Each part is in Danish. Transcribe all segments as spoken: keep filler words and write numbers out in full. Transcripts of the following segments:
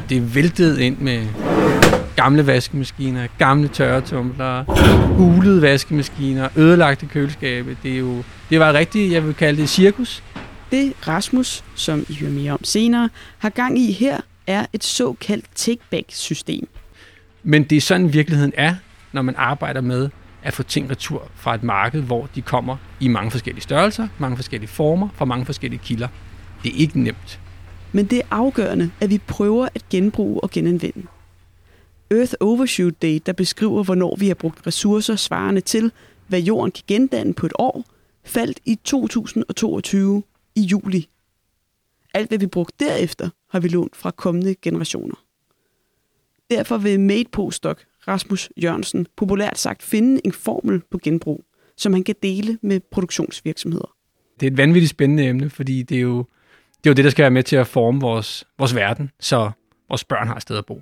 det væltede ind med gamle vaskemaskiner, gamle tørretumblere, gulede vaskemaskiner, ødelagte køleskabe. Det, er jo, det var rigtigt, jeg vil kalde det cirkus. Det Rasmus, som I hører mere om senere, har gang i her, er et såkaldt take-back-system. Men det er sådan virkeligheden er, når man arbejder med at få ting retur fra et marked, hvor de kommer i mange forskellige størrelser, mange forskellige former, fra mange forskellige kilder. Det er ikke nemt. Men det er afgørende, at vi prøver at genbruge og genanvende. Earth Overshoot Day, der beskriver, hvornår vi har brugt ressourcer svarende til, hvad jorden kan gendanne på et år, faldt i to tusind toogtyve i juli. Alt, hvad vi brugte derefter, har vi lånt fra kommende generationer. Derfor vil Made postdoc Rasmus Jørgensen populært sagt finde en formel på genbrug, som han kan dele med produktionsvirksomheder. Det er et vanvittigt spændende emne, fordi det er jo det, er jo det der skal være med til at forme vores, vores verden, så vores børn har et sted at bo.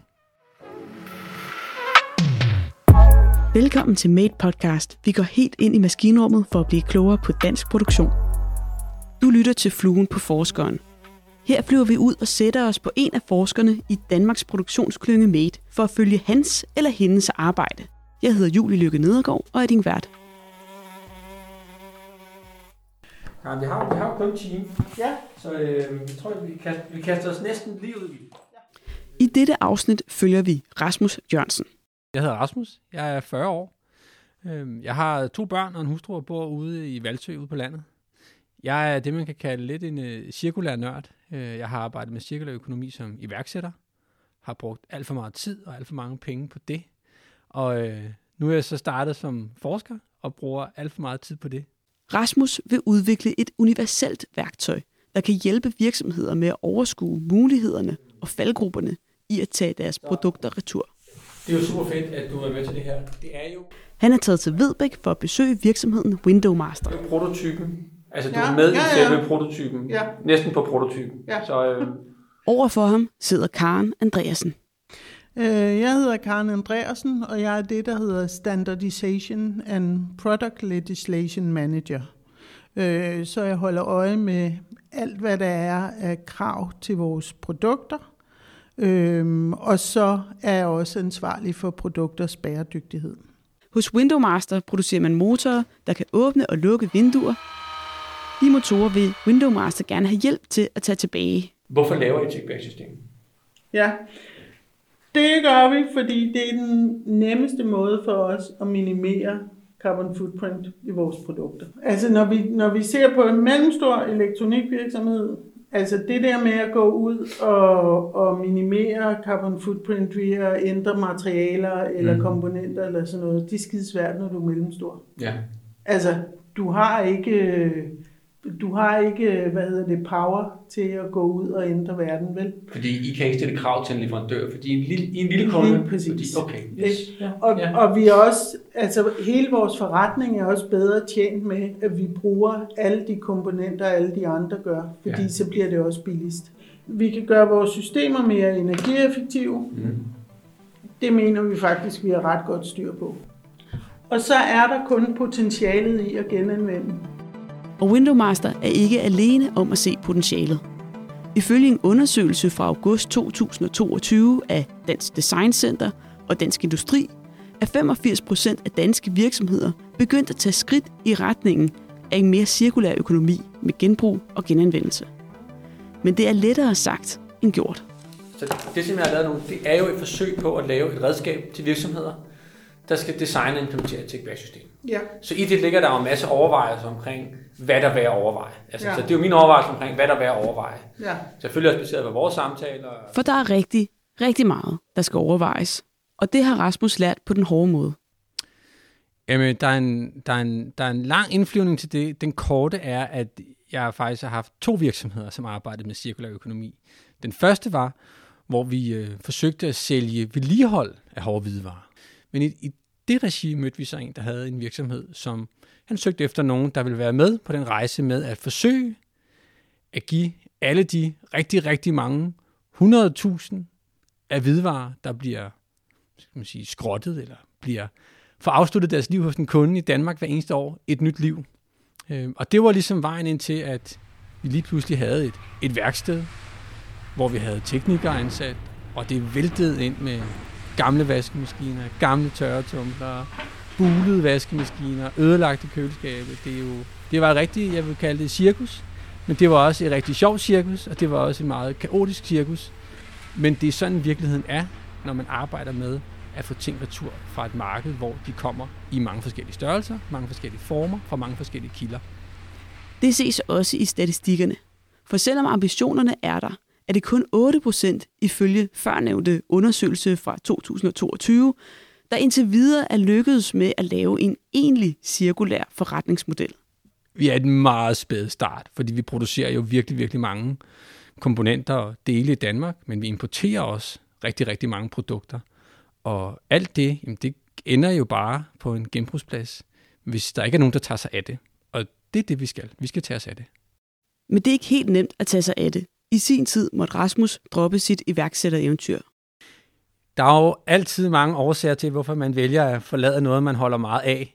Velkommen til Made Podcast. Vi går helt ind i maskinrummet for at blive klogere på dansk produktion. Du lytter til Fluen på Forskeren. Her flyver vi ud og sætter os på en af forskerne i Danmarks produktionsklynge Made for at følge hans eller hendes arbejde. Jeg hedder Julie Lykke Nedergaard og er din vært. Ja, vi har, vi har kun en time, ja. Så øh, jeg tror, vi, kaster, vi kaster os næsten lige ud i det. I dette afsnit følger vi Rasmus Jørgensen. Jeg hedder Rasmus. Jeg er fyrre år. Jeg har to børn og en hustru og bor ude i Valsø ude på landet. Jeg er det, man kan kalde lidt en uh, cirkulær nørd. Jeg har arbejdet med cirkulær økonomi som iværksætter. Har brugt alt for meget tid og alt for mange penge på det. Og uh, nu er jeg så startet som forsker og bruger alt for meget tid på det. Rasmus vil udvikle et universelt værktøj, der kan hjælpe virksomheder med at overskue mulighederne og faldgrupperne i at tage deres produkter retur. Det er jo super fedt, at du er med til det her. Det er jo... Han er taget til Vedbæk for at besøge virksomheden Windowmaster. Det er prototypen. Altså, du ja, er med ja, i selve ja. prototypen. Ja. Næsten på prototypen. Ja. Så, øh... Overfor ham sidder Karen Andreasen. Jeg hedder Karen Andreasen, og jeg er det, der hedder Standardization and Product Legislation Manager. Så jeg holder øje med alt, hvad der er af krav til vores produkter. Øhm, og så er jeg også ansvarlig for produkters bæredygtighed. Hos Windowmaster producerer man motorer, der kan åbne og lukke vinduer. De motorer vil Windowmaster gerne have hjælp til at tage tilbage. Hvorfor laver I et take-back-system? Ja, det gør vi, fordi det er den nemmeste måde for os at minimere carbon footprint i vores produkter. Altså når vi, når vi ser på en mellemstor elektronikvirksomhed, altså det der med at gå ud og, og minimere carbon footprint ved at ændre materialer eller mm. komponenter eller sådan noget, det er skide svært, når du er mellemstor. Ja. Altså, du har ikke, du har ikke, hvad hedder det, power til at gå ud og ændre verden, vel? Fordi I kan ikke stille krav til en leverandør, fordi I er en lille, I er en lille kunde. Lige præcis. Fordi, okay. Yes. Ja. Og, ja. og vi er også, altså hele vores forretning er også bedre tjent med, at vi bruger alle de komponenter, alle de andre gør, fordi ja. Så bliver det også billigst. Vi kan gøre vores systemer mere energieffektive. Mm. Det mener vi faktisk, vi har ret godt styr på. Og så er der kun potentialet i at genanvende. Og Windowmaster er ikke alene om at se potentialet. Ifølge en undersøgelse fra august to tusind toogtyve af Dansk Design Center og Dansk Industri, er femogfirs procent af danske virksomheder begyndt at tage skridt i retningen af en mere cirkulær økonomi med genbrug og genanvendelse. Men det er lettere sagt end gjort. Så det, som jeg har lavet nu, det er jo et forsøg på at lave et redskab til virksomheder, der skal designe og implementere et take-back-system. Ja. Så i det ligger der jo en masse overvejelser omkring, hvad der er værd at overveje. Altså, ja. Så det er jo mine overvejelser omkring, hvad der er værd at overveje. Ja. Selvfølgelig også baseret på vores samtaler. For der er rigtig, rigtig meget, der skal overvejes. Og det har Rasmus lært på den hårde måde. Jamen, der er en, der er en, der er en lang indflyvning til det. Den korte er, at jeg faktisk har haft to virksomheder, som arbejdede med cirkulær økonomi. Den første var, hvor vi øh, forsøgte at sælge vedligehold af hårde hvidevarer. Men i, i det regi mødte vi så en, der havde en virksomhed, som han søgte efter nogen, der ville være med på den rejse med at forsøge at give alle de rigtig, rigtig mange hundrede tusind af hvidevarer, der bliver skal man sige, skrottet eller bliver får afsluttet deres liv hos en kunde i Danmark hver eneste år, et nyt liv. Og det var ligesom vejen ind til, at vi lige pludselig havde et, et værksted, hvor vi havde teknikere ansat, og det væltede ind med gamle vaskemaskiner, gamle tørretumblere, bulede vaskemaskiner, ødelagte køleskabe. Det, er jo, det var rigtig, jeg vil kalde det cirkus, men det var også et rigtig sjovt cirkus, og det var også et meget kaotisk cirkus. Men det er sådan virkeligheden er, når man arbejder med at få ting retur fra et marked, hvor de kommer i mange forskellige størrelser, mange forskellige former, fra mange forskellige kilder. Det ses også i statistikkerne. For selvom ambitionerne er der, er det kun otte procent ifølge førnævnte undersøgelse fra to tusind og toogtyve, der indtil videre er lykkedes med at lave en egentlig cirkulær forretningsmodel. Vi er et meget spæd start, fordi vi producerer jo virkelig, virkelig mange komponenter og dele i Danmark, men vi importerer også rigtig, rigtig mange produkter. Og alt det, jamen det ender jo bare på en genbrugsplads, hvis der ikke er nogen, der tager sig af det. Og det er det, vi skal. Vi skal tage os af det. Men det er ikke helt nemt at tage sig af det. I sin tid måtte Rasmus droppe sit iværksættereventyr. Der er jo altid mange årsager til, hvorfor man vælger at forlade noget, man holder meget af.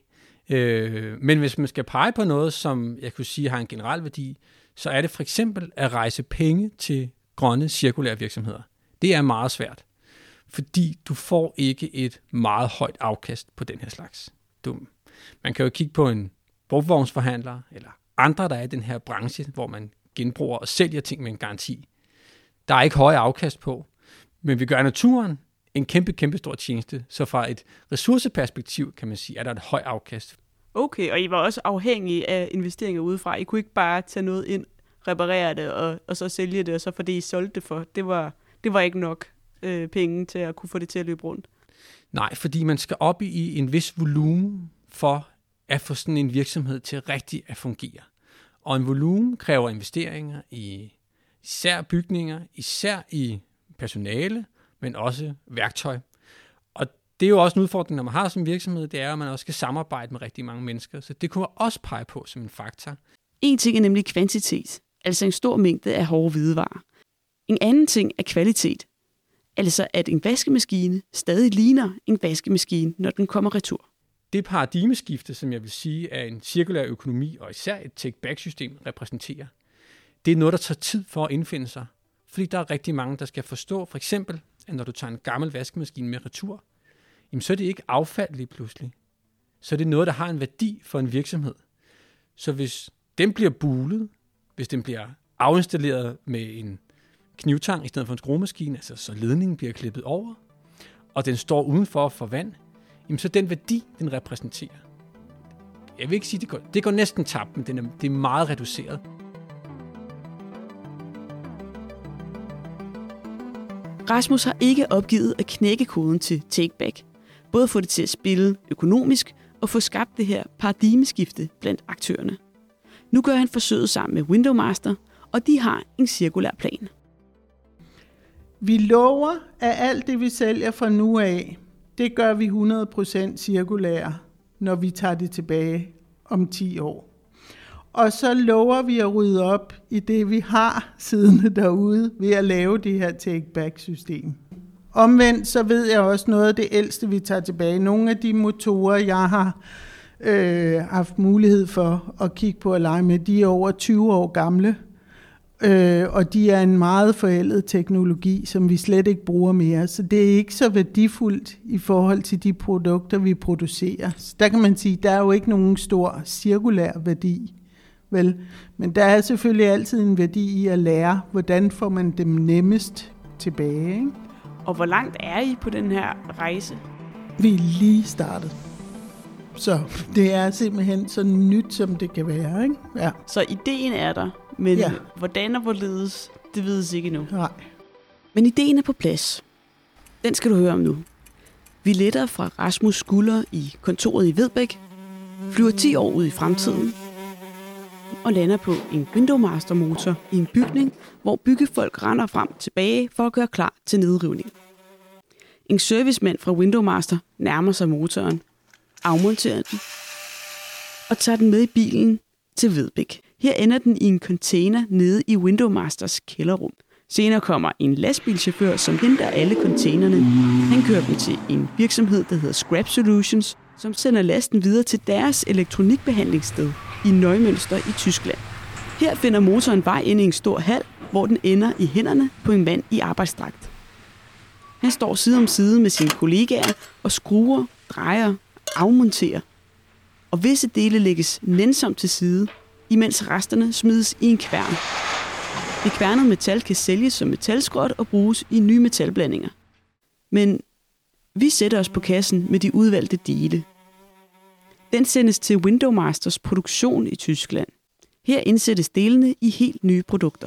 Øh, men hvis man skal pege på noget, som jeg kunne sige har en generel værdi, så er det for eksempel at rejse penge til grønne cirkulære virksomheder. Det er meget svært, fordi du får ikke et meget højt afkast på den her slags. Du, man kan jo kigge på en brugvognsforhandler eller andre, der er i den her branche, hvor man genbruger og sælger ting med en garanti. Der er ikke høje afkast på, men vi gør naturen en kæmpe, kæmpe stor tjeneste. Så fra et ressourceperspektiv, kan man sige, er der et højt afkast. Okay, og I var også afhængige af investeringer udefra. I kunne ikke bare tage noget ind, reparere det, og, og så sælge det, og så for det, I solgte det for. Det var, det var ikke nok øh, penge til at kunne få det til at løbe rundt. Nej, fordi man skal op i en vis volumen for at få sådan en virksomhed til rigtig at fungere. Og en volumen kræver investeringer i især bygninger, især i personale, men også værktøj. Og det er jo også en udfordring, når man har sådan en virksomhed, det er, at man også skal samarbejde med rigtig mange mennesker. Så det kunne man også pege på som en faktor. En ting er nemlig kvantitet, altså en stor mængde af hårde hvidevarer. En anden ting er kvalitet, altså at en vaskemaskine stadig ligner en vaskemaskine, når den kommer retur. Det paradigmeskifte, som jeg vil sige, at en cirkulær økonomi og især et take-back-system repræsenterer, det er noget, der tager tid for at indfinde sig. Fordi der er rigtig mange, der skal forstå, for eksempel, at når du tager en gammel vaskemaskine med retur, jamen så er det ikke affald lige pludselig. Så er det noget, der har en værdi for en virksomhed. Så hvis den bliver bulet, hvis den bliver afinstalleret med en knivtang i stedet for en skruemaskine, altså så ledningen bliver klippet over, og den står udenfor for vand, jamen så den værdi, den repræsenterer. Jeg vil ikke sige, det går, det går næsten tabt, men den er, det er meget reduceret. Rasmus har ikke opgivet at knække koden til Takeback. Både få det til at spille økonomisk og få skabt det her paradigmeskifte blandt aktørerne. Nu gør han forsøget sammen med Windowmaster, og de har en cirkulær plan. Vi lover, at alt det, vi sælger fra nu af, det gør vi hundrede procent cirkulære, når vi tager det tilbage om ti år. Og så lover vi at rydde op i det, vi har siddende derude, ved at lave det her take-back-system. Omvendt så ved jeg også noget af det ældste, vi tager tilbage. Nogle af de motorer, jeg har øh, haft mulighed for at kigge på og lege med, de er over tyve år gamle. Øh, og de er en meget forældet teknologi, som vi slet ikke bruger mere. Så det er ikke så værdifuldt i forhold til de produkter, vi producerer. Så der kan man sige, der er jo ikke nogen stor cirkulær værdi. Vel? Men der er selvfølgelig altid en værdi i at lære, hvordan får man dem nemmest tilbage. Ikke? Og hvor langt er I på den her rejse? Vi er lige startet. Så det er simpelthen så nyt, som det kan være. Ikke? Ja. Så ideen er der, men ja. Hvordan og hvorledes, det vides ikke endnu. Nej. Men ideen er på plads. Den skal du høre om nu. Vi letter fra Rasmus' skulder i kontoret i Vedbæk, flyver ti år ud i fremtiden og lander på en Windowmaster-motor i en bygning, hvor byggefolk render frem og tilbage for at gøre klar til nedrivning. En servicemand fra Windowmaster nærmer sig motoren, afmonterer den og tager den med i bilen til Vedbæk. Her ender den i en container nede i Windowmasters kælderrum. Senere kommer en lastbilchauffør, som henter alle containerne. Han kører dem til en virksomhed, der hedder Scrap Solutions, som sender lasten videre til deres elektronikbehandlingssted i Neumünster i Tyskland. Her finder motoren vej ind i en stor hal, hvor den ender i hænderne på en mand i arbejdsdragt. Han står side om side med sine kollegaer og skruer, drejer, afmonterer. Og visse dele lægges nænsomt til side, imens resterne smides i en kværn. Det kværnede metal kan sælges som metalskrot og bruges i nye metalblandinger. Men vi sætter os på kassen med de udvalgte dele. Den sendes til Windowmasters produktion i Tyskland. Her indsættes delene i helt nye produkter.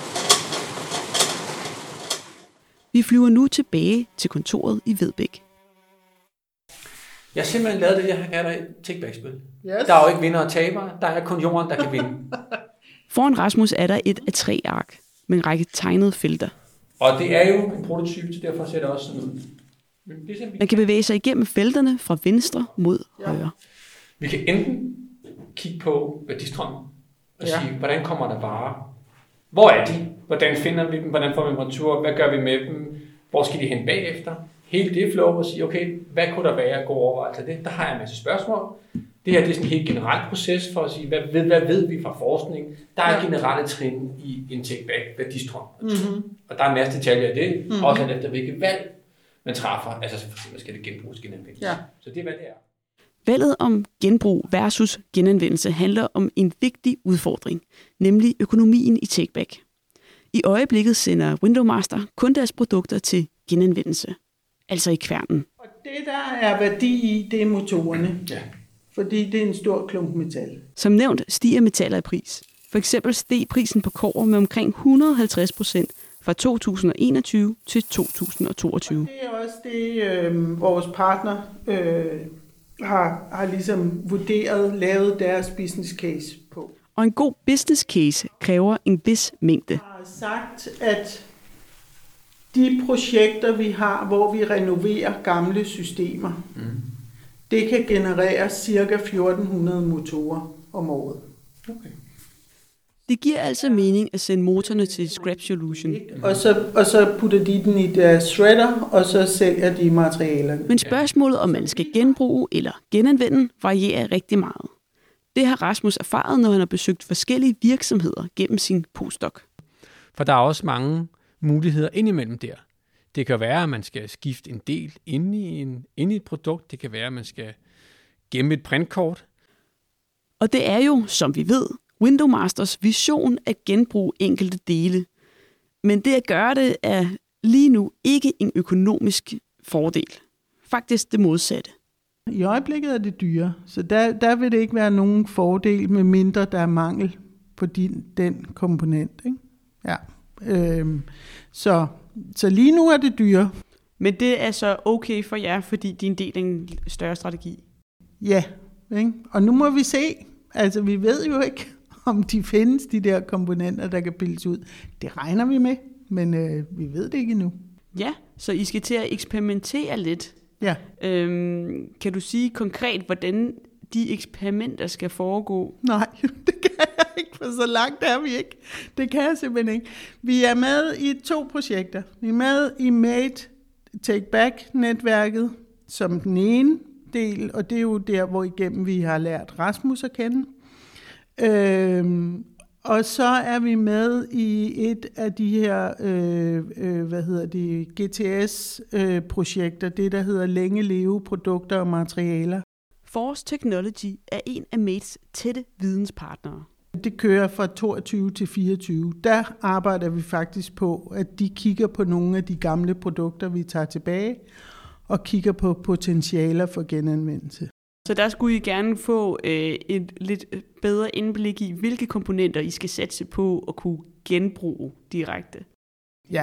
Vi flyver nu tilbage til kontoret i Vedbæk. Jeg har simpelthen lavet det, jeg har kaldt et take-back-spil. Yes. Der er jo ikke vinder og taber, der er kun jorden, der kan vinde. Foran Rasmus er der et A tre ark med en række tegnede felter. Og det er jo en prototype, så derfor ser det også sådan ud. Man kan bevæge sig igennem felterne fra venstre mod Ja. højre. Vi kan enten kigge på værdistrømmen og Ja. sige, hvordan kommer der varer? Hvor er de? Hvordan finder vi dem? Hvordan får vi dem retur? Hvad gør vi med dem? Hvor skal de hen bagefter? Hele det flow og sige, okay, hvad kunne der være gode overvejelser af det? Der har jeg en masse spørgsmål. Det her det er sådan en helt generelt proces for at sige, hvad ved, hvad ved vi fra forskning? Der er Ja. generelle trin i en take-back, værdistrøm. Mm-hmm. Og der er en masse detaljer i det, Mhm. også alt efter hvilket valg man træffer. Altså for eksempel skal det genbruges, genanvendes. Ja. Så det er, hvad det er. Valget om genbrug versus genanvendelse handler om en vigtig udfordring, nemlig økonomien i takeback. I øjeblikket sender Windowmaster kun deres produkter til genanvendelse, altså i kværnen. Og det, der er værdi i, det er motorerne. Ja. Fordi det er en stor klump metal. Som nævnt stiger metaller i pris. For eksempel steg prisen på kobber med omkring et hundrede og halvtreds procent fra to tusind og enogtyve til to tusind og toogtyve. Det er også det, øh, vores partner øh, har, har ligesom vurderet, lavet deres business case på. Og en god business case kræver en vis mængde. Jeg har sagt, at de projekter, vi har, hvor vi renoverer gamle systemer, Mm. det kan generere ca. fjorten hundrede motorer om året. Okay. Det giver altså mening at sende motorerne til Scrap Solution. Og så, og så putter de den i deres shredder, og så sælger de materialerne. Men spørgsmålet, om man skal genbruge eller genanvende, varierer rigtig meget. Det har Rasmus erfaret, når han har besøgt forskellige virksomheder gennem sin postdoc. For der er også mange muligheder indimellem der. Det kan være, at man skal skifte en del inde i, en, inde i et produkt. Det kan være, at man skal gemme et printkort. Og det er jo, som vi ved, Windowmasters vision at genbruge enkelte dele. Men det at gøre det er lige nu ikke en økonomisk fordel. Faktisk det modsatte. I øjeblikket er det dyre, så der, der vil det ikke være nogen fordel, med mindre der er mangel på din, den komponent. Ikke? Ja. Øhm, så, så lige nu er det dyre. Men det er så okay for jer, fordi det er en del af en større strategi. Ja, ikke? Og nu må vi se. Altså, vi ved jo ikke, om de findes, de der komponenter, der kan pilles ud. Det regner vi med, men øh, vi ved det ikke endnu. Ja, så I skal til at eksperimentere lidt. Ja. Øhm, kan du sige konkret, hvordan de eksperimenter skal foregå? Nej, det kan jeg ikke, for så langt er vi ikke. Det kan jeg simpelthen ikke. Vi er med i to projekter. Vi er med i Made Take Back-netværket som den ene del, og det er jo der, hvor igennem vi har lært Rasmus at kende. Øhm, og så er vi med i et af de her, øh, øh, hvad hedder det, G T S-projekter, det der hedder Længe Leve Produkter og Materialer. Force Technology er en af Mates tætte videnspartnere. Det kører fra toogtyve til fireogtyve. Der arbejder vi faktisk på, at de kigger på nogle af de gamle produkter, vi tager tilbage, og kigger på potentialer for genanvendelse. Så der skulle I gerne få øh, et lidt bedre indblik i, hvilke komponenter I skal satse på og kunne genbruge direkte. Ja.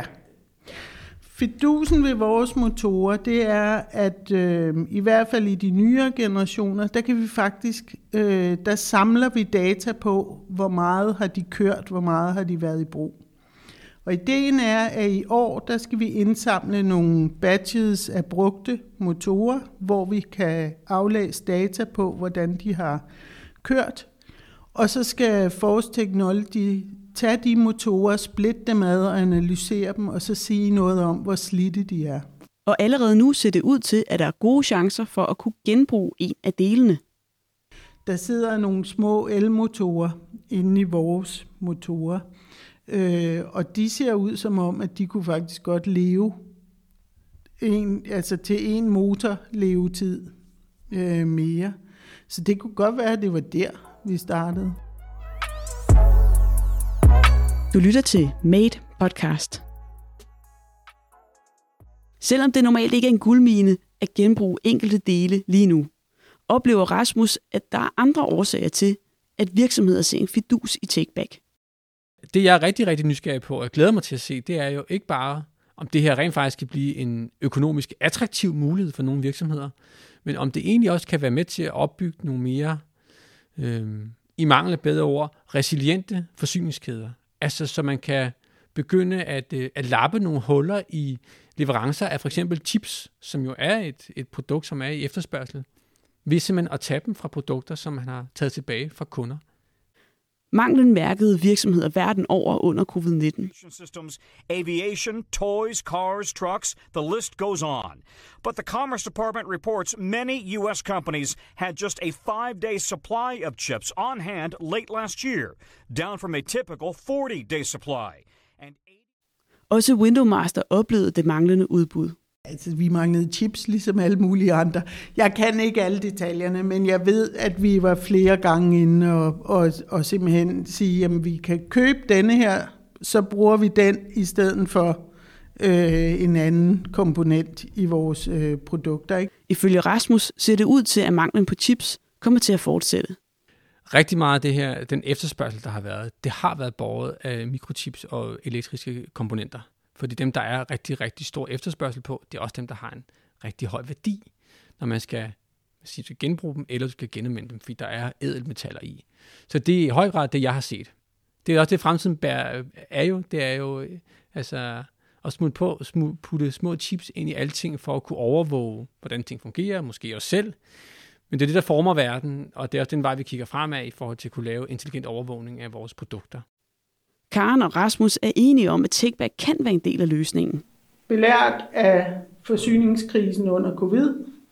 Fidusen ved vores motorer, det er, at øh, i hvert fald i de nyere generationer, der kan vi faktisk, øh, der samler vi data på, hvor meget har de kørt, hvor meget har de været i brug. Og ideen er, at i år, der skal vi indsamle nogle batches af brugte motorer, hvor vi kan aflæse data på, hvordan de har kørt. Og så skal Force Technology tage de motorer, splitte dem ad og analysere dem, og så sige noget om, hvor slidte de er. Og allerede nu ser det ud til, at der er gode chancer for at kunne genbruge en af delene. Der sidder nogle små elmotorer inde i vores motorer, øh, og de ser ud som om, at de kunne faktisk godt leve en, altså til en motor levetid øh, mere. Så det kunne godt være, at det var der, vi startede. Du lytter til Made Podcast. Selvom det normalt ikke er en guldmine at genbruge enkelte dele lige nu, oplever Rasmus, at der er andre årsager til, at virksomheder ser en fidus i take-back. Det, jeg er rigtig, rigtig nysgerrig på, og jeg glæder mig til at se, det er jo ikke bare, om det her rent faktisk kan blive en økonomisk attraktiv mulighed for nogle virksomheder, men om det egentlig også kan være med til at opbygge nogle mere, øh, i mangel af bedre ord, resiliente forsyningskæder. Altså, så man kan begynde at, øh, at lappe nogle huller i leverancer af for eksempel chips, som jo er et, et produkt, som er i efterspørgsel, ved simpelthen at tage dem fra produkter, som man har taget tilbage fra kunder. Manglen mærkede virksomheder verden over under covid nitten. Systems, aviation, toys, cars, trucks, the list goes on. But the Commerce Department reports many U S companies had just a five-day supply of chips on hand late last year, down from a typical forty-day supply. And Også Windowmaster oplevede det manglende udbud. Altså, vi manglede chips, ligesom alle mulige andre. Jeg kan ikke alle detaljerne, men jeg ved, at vi var flere gange inde og, og, og simpelthen sige, at vi kan købe denne her, så bruger vi den i stedet for øh, en anden komponent i vores øh, produkter. Ikke? Ifølge Rasmus ser det ud til, at manglen på chips kommer til at fortsætte. Rigtig meget af det her, den efterspørgsel, der har været, det har været båret af mikrochips og elektriske komponenter. Fordi dem, der er rigtig, rigtig stor efterspørgsel på, det er også dem, der har en rigtig høj værdi, når man skal, sige, skal genbruge dem, eller du skal genanvende dem, fordi der er ædelmetaller i. Så det er i høj grad det, jeg har set. Det er også det, fremtiden bærer, er jo. Det er jo altså, at smutte på, smutte, putte små chips ind i alle ting, for at kunne overvåge, hvordan ting fungerer, måske også selv. Men det er det, der former verden, og det er også den vej, vi kigger fremad i forhold til at kunne lave intelligent overvågning af vores produkter. Karen og Rasmus er enige om, at take-back kan være en del af løsningen. Belært af forsyningskrisen under covid,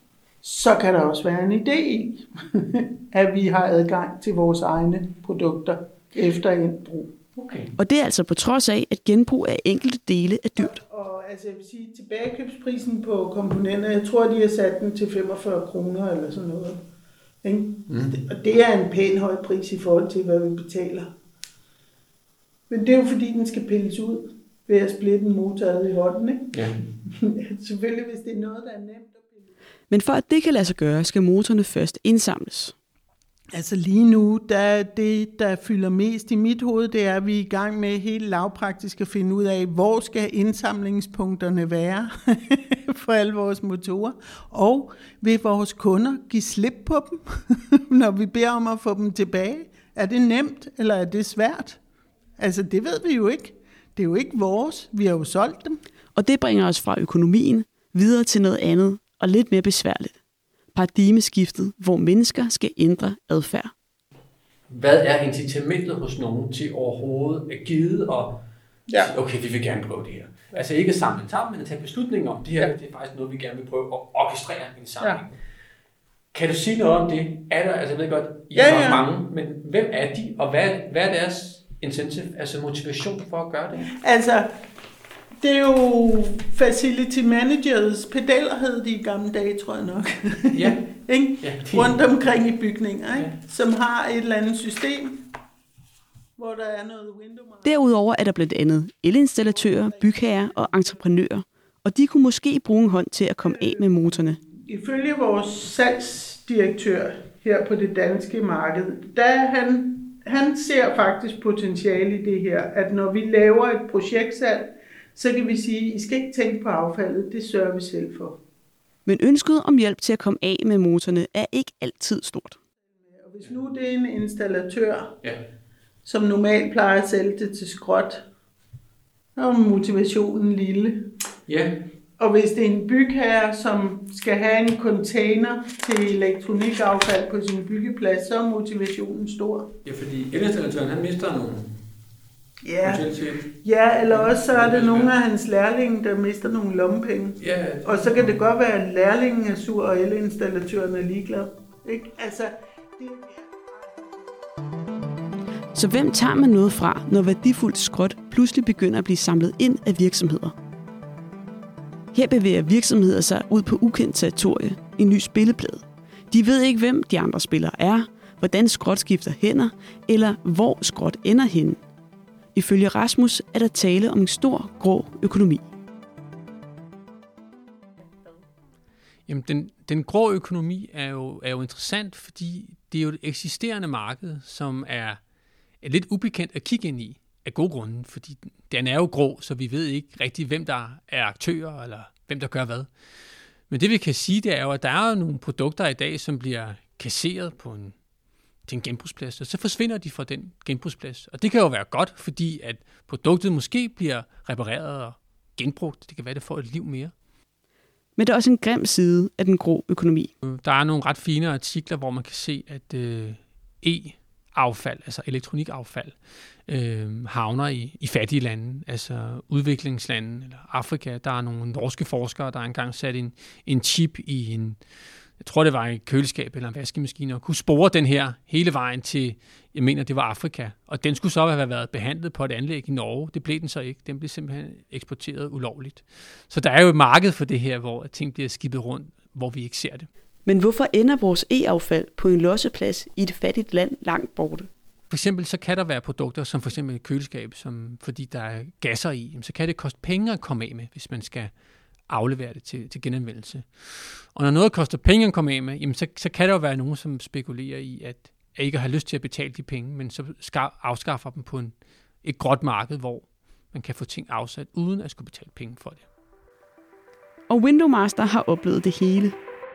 så kan der også være en idé i, at vi har adgang til vores egne produkter efter indbrug. Okay. Og det er altså på trods af, at genbrug af enkelte dele er dyrt. Og altså, jeg vil sige, tilbagekøbsprisen på komponenter, jeg tror, de har sat den til femogfyrre kroner eller sådan noget. Ikke? Mm. Og det er en pæn høj pris i forhold til, hvad vi betaler. Men det er jo fordi, den skal pilles ud ved at splitte en motor ad i hånden, ikke? Ja. Selvfølgelig, hvis det er noget, der er nemt at pille. Men for at det kan lade sig gøre, skal motorerne først indsamles. Altså lige nu, der det, der fylder mest i mit hoved, det er, at vi er i gang med helt lavpraktisk at finde ud af, hvor skal indsamlingspunkterne være for alle vores motorer, og vil vores kunder give slip på dem, når vi beder om at få dem tilbage? Er det nemt, eller er det svært? Altså, det ved vi jo ikke. Det er jo ikke vores. Vi har jo solgt dem. Og det bringer os fra økonomien videre til noget andet og lidt mere besværligt. Paradigmeskiftet, hvor mennesker skal ændre adfærd. Hvad er incitamentet hos nogen til overhovedet at gide og ja. Okay, vi vil gerne prøve det her. Altså ikke samle sammen, men at tage beslutninger om det her. Ja. Det er faktisk noget, vi gerne vil prøve at orkestrere en samling. Ja. Kan du sige noget om det? Er der, altså jeg ved godt, I ja, ja. mange, men hvem er de, og hvad, hvad er deres incentive, altså motivation for at gøre det? Altså, det er jo facility managers, pedeller hed de i gamle dage, tror jeg nok. Ja. Ikke? Ja, de... Rundt omkring i bygninger, ikke? Ja. Som har et eller andet system, hvor der er noget window. Derudover er der blandt andet elinstallatører, bygherrer og entreprenører, og de kunne måske bruge en hånd til at komme af med motorerne. Ifølge vores salgsdirektør her på det danske marked, der han Han ser faktisk potentiale i det her, at når vi laver et projektsalg, så kan vi sige, I skal ikke tænke på affaldet, det sørger vi selv for. Men ønsket om hjælp til at komme af med motorerne er ikke altid stort. Og hvis nu det er en installatør, ja. som normalt plejer at sælge det til skrot, så er motivationen lille. Ja. Og hvis det er en bygherre, som skal have en container til elektronikaffald på sin byggeplads, så er motivationen stor. Ja, fordi elinstallatøren, han mister nogle ja. ja, eller også så er det nogle af hans lærlinge, der mister nogle lommepenge. Ja. Og så kan det godt være, at lærlingen er sur, og elinstallatøren er ligeglad. Ikke? Altså, det... Så hvem tager man noget fra, når værdifuldt skrot pludselig begynder at blive samlet ind af virksomheder? Her bevæger virksomheder sig ud på ukendt territorie, en ny spilleplade. De ved ikke, hvem de andre spillere er, hvordan skrot skifter hænder, eller hvor skrot ender henne. Ifølge Rasmus er der tale om en stor, grå økonomi. Jamen, den, den grå økonomi er jo, er jo interessant, fordi det er jo et eksisterende marked, som er, er lidt ubekendt at kigge ind i af gode grunde, fordi den er jo grå, så vi ved ikke rigtig, hvem der er aktører, eller hvem der gør hvad. Men det vi kan sige, det er jo, at der er nogle produkter i dag, som bliver kasseret på en, til en genbrugsplads, og så forsvinder de fra den genbrugsplads. Og det kan jo være godt, fordi at produktet måske bliver repareret og genbrugt. Det kan være, det får et liv mere. Men der er også en grim side af den grå økonomi. Der er nogle ret fine artikler, hvor man kan se, at øh, e-affald, altså elektronikaffald, øh, havner i, i fattige lande, altså udviklingslande eller Afrika. Der er nogle norske forskere, der engang satte en, en chip i en, jeg tror det var et køleskab eller en vaskemaskine, og kunne spore den her hele vejen til, jeg mener det var Afrika. Og den skulle så have været behandlet på et anlæg i Norge. Det blev den så ikke. Den blev simpelthen eksporteret ulovligt. Så der er jo et marked for det her, hvor ting bliver skibet rundt, hvor vi ikke ser det. Men hvorfor ender vores e-affald på en losseplads i et fattigt land langt borte? For eksempel så kan der være produkter, som for eksempel et køleskab, som, fordi der er gasser i, så kan det koste penge at komme af med, hvis man skal aflevere det til, til genanvendelse. Og når noget koster penge at komme af med, jamen så, så kan der jo være nogen, som spekulerer i, at, at ikke har lyst til at betale de penge, men så skal, afskaffer dem på en, et gråt marked, hvor man kan få ting afsat, uden at skulle betale penge for det. Og Windowmaster har oplevet det hele.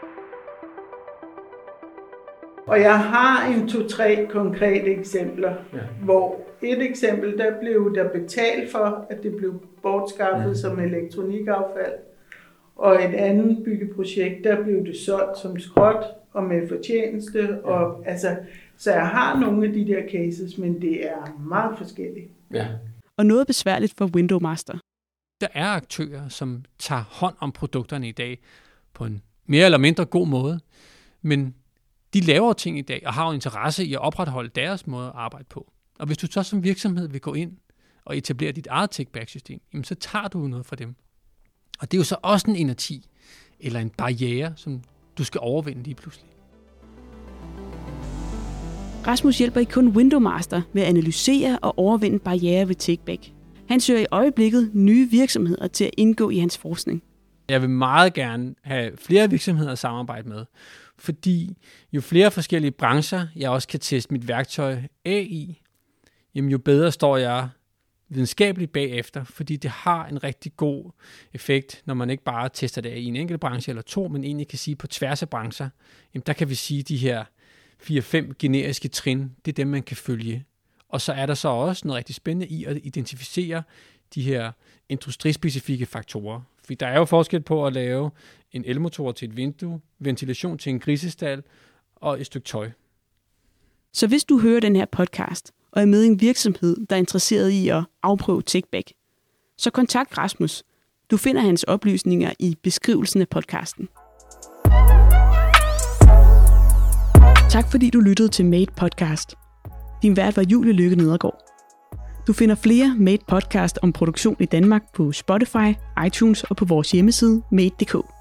Og jeg har en to-tre konkrete eksempler, ja. Hvor et eksempel, der blev der betalt for, at det blev bortskaffet ja. Som elektronikaffald, og et andet byggeprojekt, der blev det solgt som skrot og med fortjeneste. Ja. Og, altså, så jeg har nogle af de der cases, men det er meget forskelligt. Ja. Og noget besværligt for Windowmaster. Der er aktører, som tager hånd om produkterne i dag på en mere eller mindre god måde, men de laver ting i dag og har jo interesse i at opretholde deres måde at arbejde på. Og hvis du så som virksomhed vil gå ind og etablere dit eget take-back-system, jamen så tager du noget fra dem. Og det er jo så også en inerti eller en barriere, som du skal overvinde lige pludselig. Rasmus hjælper ikke kun Windowmaster med at analysere og overvinde barrierer ved take-back. Han søger i øjeblikket nye virksomheder til at indgå i hans forskning. Jeg vil meget gerne have flere virksomheder at samarbejde med, fordi jo flere forskellige brancher, jeg også kan teste mit værktøj af i, jamen jo bedre står jeg videnskabeligt bagefter, fordi det har en rigtig god effekt, når man ikke bare tester det af i en enkelt branche eller to, men egentlig kan sige på tværs af brancher, jamen der kan vi sige de her fire fem generiske trin, det er dem, man kan følge. Og så er der så også noget rigtig spændende i at identificere de her industrispecifikke faktorer. For der er jo forskel på at lave en elmotor til et vindue, ventilation til en grisestal og et stykke tøj. Så hvis du hører den her podcast og er med i en virksomhed, der er interesseret i at afprøve take-back, så kontakt Rasmus. Du finder hans oplysninger i beskrivelsen af podcasten. Tak fordi du lyttede til Made Podcast. Din vært var Julie Lykke Nedergaard. Du finder flere Made Podcast om produktion i Danmark på Spotify, iTunes og på vores hjemmeside made punktum d k.